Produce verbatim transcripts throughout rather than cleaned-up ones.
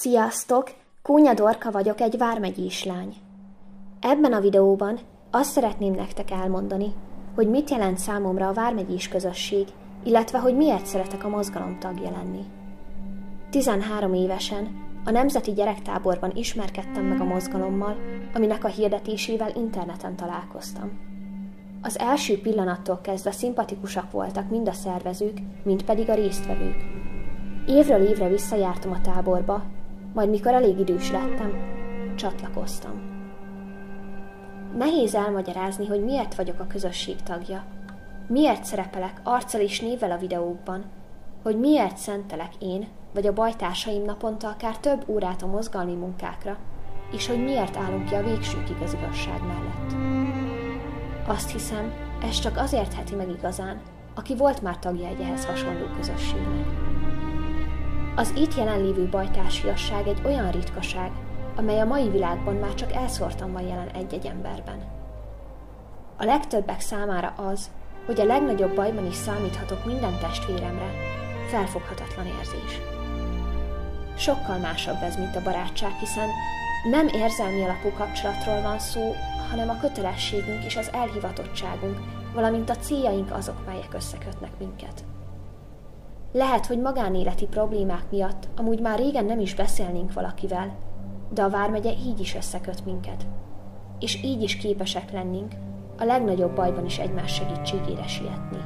Sziasztok! Kónya Dorka vagyok, egy vármegyés lány. Ebben a videóban azt szeretném nektek elmondani, hogy mit jelent számomra a vármegyés közösség, illetve hogy miért szeretek a mozgalom tagja lenni. tizenhárom évesen a Nemzeti Gyerektáborban ismerkedtem meg a mozgalommal, aminek a hirdetésével interneten találkoztam. Az első pillanattól kezdve szimpatikusak voltak mind a szervezők, mind pedig a résztvevők. Évről évre visszajártam a táborba, majd mikor elég idős lettem, csatlakoztam. Nehéz elmagyarázni, hogy miért vagyok a közösség tagja, miért szerepelek arccal és névvel a videókban, hogy miért szentelek én vagy a bajtársaim naponta akár több órát a mozgalmi munkákra, és hogy miért állunk ki a végsőkig az igazság mellett. Azt hiszem, ez csak az értheti meg igazán, aki volt már tagja egy ehhez hasonló közösségnek. Az itt jelenlévő bajtársiasság egy olyan ritkaság, amely a mai világban már csak elszórtan van jelen egy-egy emberben. A legtöbbek számára az, hogy a legnagyobb bajban is számíthatok minden testvéremre, felfoghatatlan érzés. Sokkal másabb ez, mint a barátság, hiszen nem érzelmi alapú kapcsolatról van szó, hanem a kötelességünk és az elhivatottságunk, valamint a céljaink azok, melyek összekötnek minket. Lehet, hogy magánéleti problémák miatt amúgy már régen nem is beszélnénk valakivel, de a vármegye így is összeköt minket, és így is képesek lennénk a legnagyobb bajban is egymás segítségére sietni.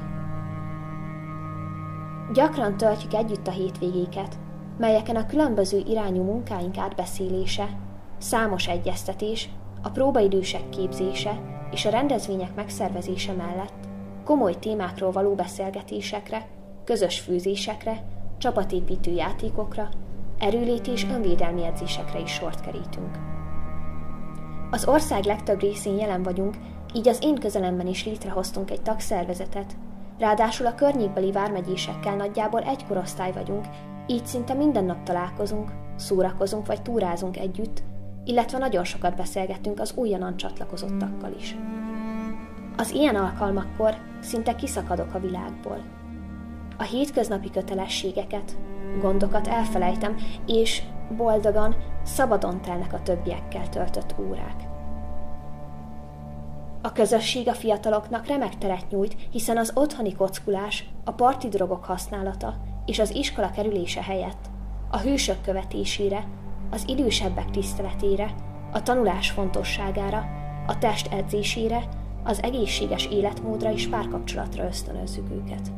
Gyakran töltjük együtt a hétvégéket, melyeken a különböző irányú munkáink átbeszélése, számos egyeztetés, a próbaidősek képzése és a rendezvények megszervezése mellett komoly témákról való beszélgetésekre, közös főzésekre, csapatépítő játékokra, erőlét és önvédelmi edzésekre is sort kerítünk. Az ország legtöbb részén jelen vagyunk, így az én közelemben is létrehoztunk egy tagszervezetet, ráadásul a környékbeli vármegyésekkel nagyjából egy korosztály vagyunk, így szinte minden nap találkozunk, szórakozunk vagy túrázunk együtt, illetve nagyon sokat beszélgetünk az újonnan csatlakozottakkal is. Az ilyen alkalmakkor szinte kiszakadok a világból. A hétköznapi kötelességeket, gondokat elfelejtem, és boldogan, szabadon telnek a többiekkel töltött órák. A közösség a fiataloknak remek teret nyújt, hiszen az otthoni kockulás, a parti drogok használata és az iskola kerülése helyett a hősök követésére, az idősebbek tiszteletére, a tanulás fontosságára, a test edzésére, az egészséges életmódra és párkapcsolatra ösztönözzük őket.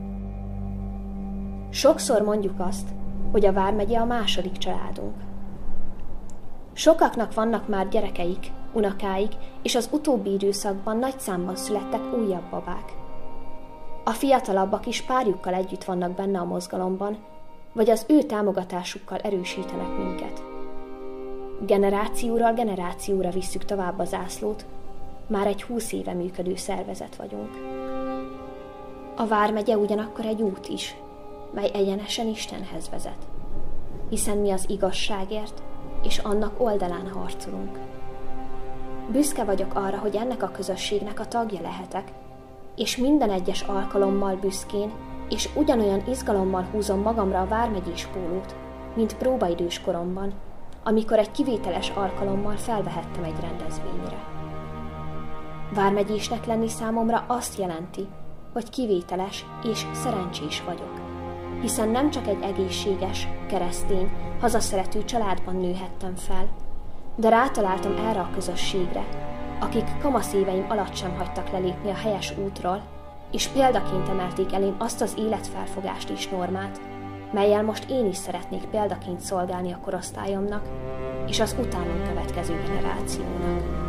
Sokszor mondjuk azt, hogy a vármegye a második családunk. Sokaknak vannak már gyerekeik, unokáik, és az utóbbi időszakban nagy számban születtek újabb babák. A fiatalabbak is párjukkal együtt vannak benne a mozgalomban, vagy az ő támogatásukkal erősítenek minket. Generációról generációra visszük tovább a zászlót, már egy húsz éve működő szervezet vagyunk. A vármegye ugyanakkor egy út is, mely egyenesen Istenhez vezet, hiszen mi az igazságért és annak oldalán harcolunk. Büszke vagyok arra, hogy ennek a közösségnek a tagja lehetek, és minden egyes alkalommal büszkén és ugyanolyan izgalommal húzom magamra a vármegyés pólót, mint próbaidős koromban, amikor egy kivételes alkalommal felvehettem egy rendezvényre. Vármegyésnek lenni számomra azt jelenti, hogy kivételes és szerencsés vagyok, hiszen nem csak egy egészséges, keresztény, hazaszerető családban nőhettem fel, de rátaláltam erre a közösségre, akik kamaszéveim alatt sem hagytak lelépni a helyes útról, és példaként emelték elém azt az életfelfogást és normát, mellyel most én is szeretnék példaként szolgálni a korosztályomnak és az utánunk következő generációnak.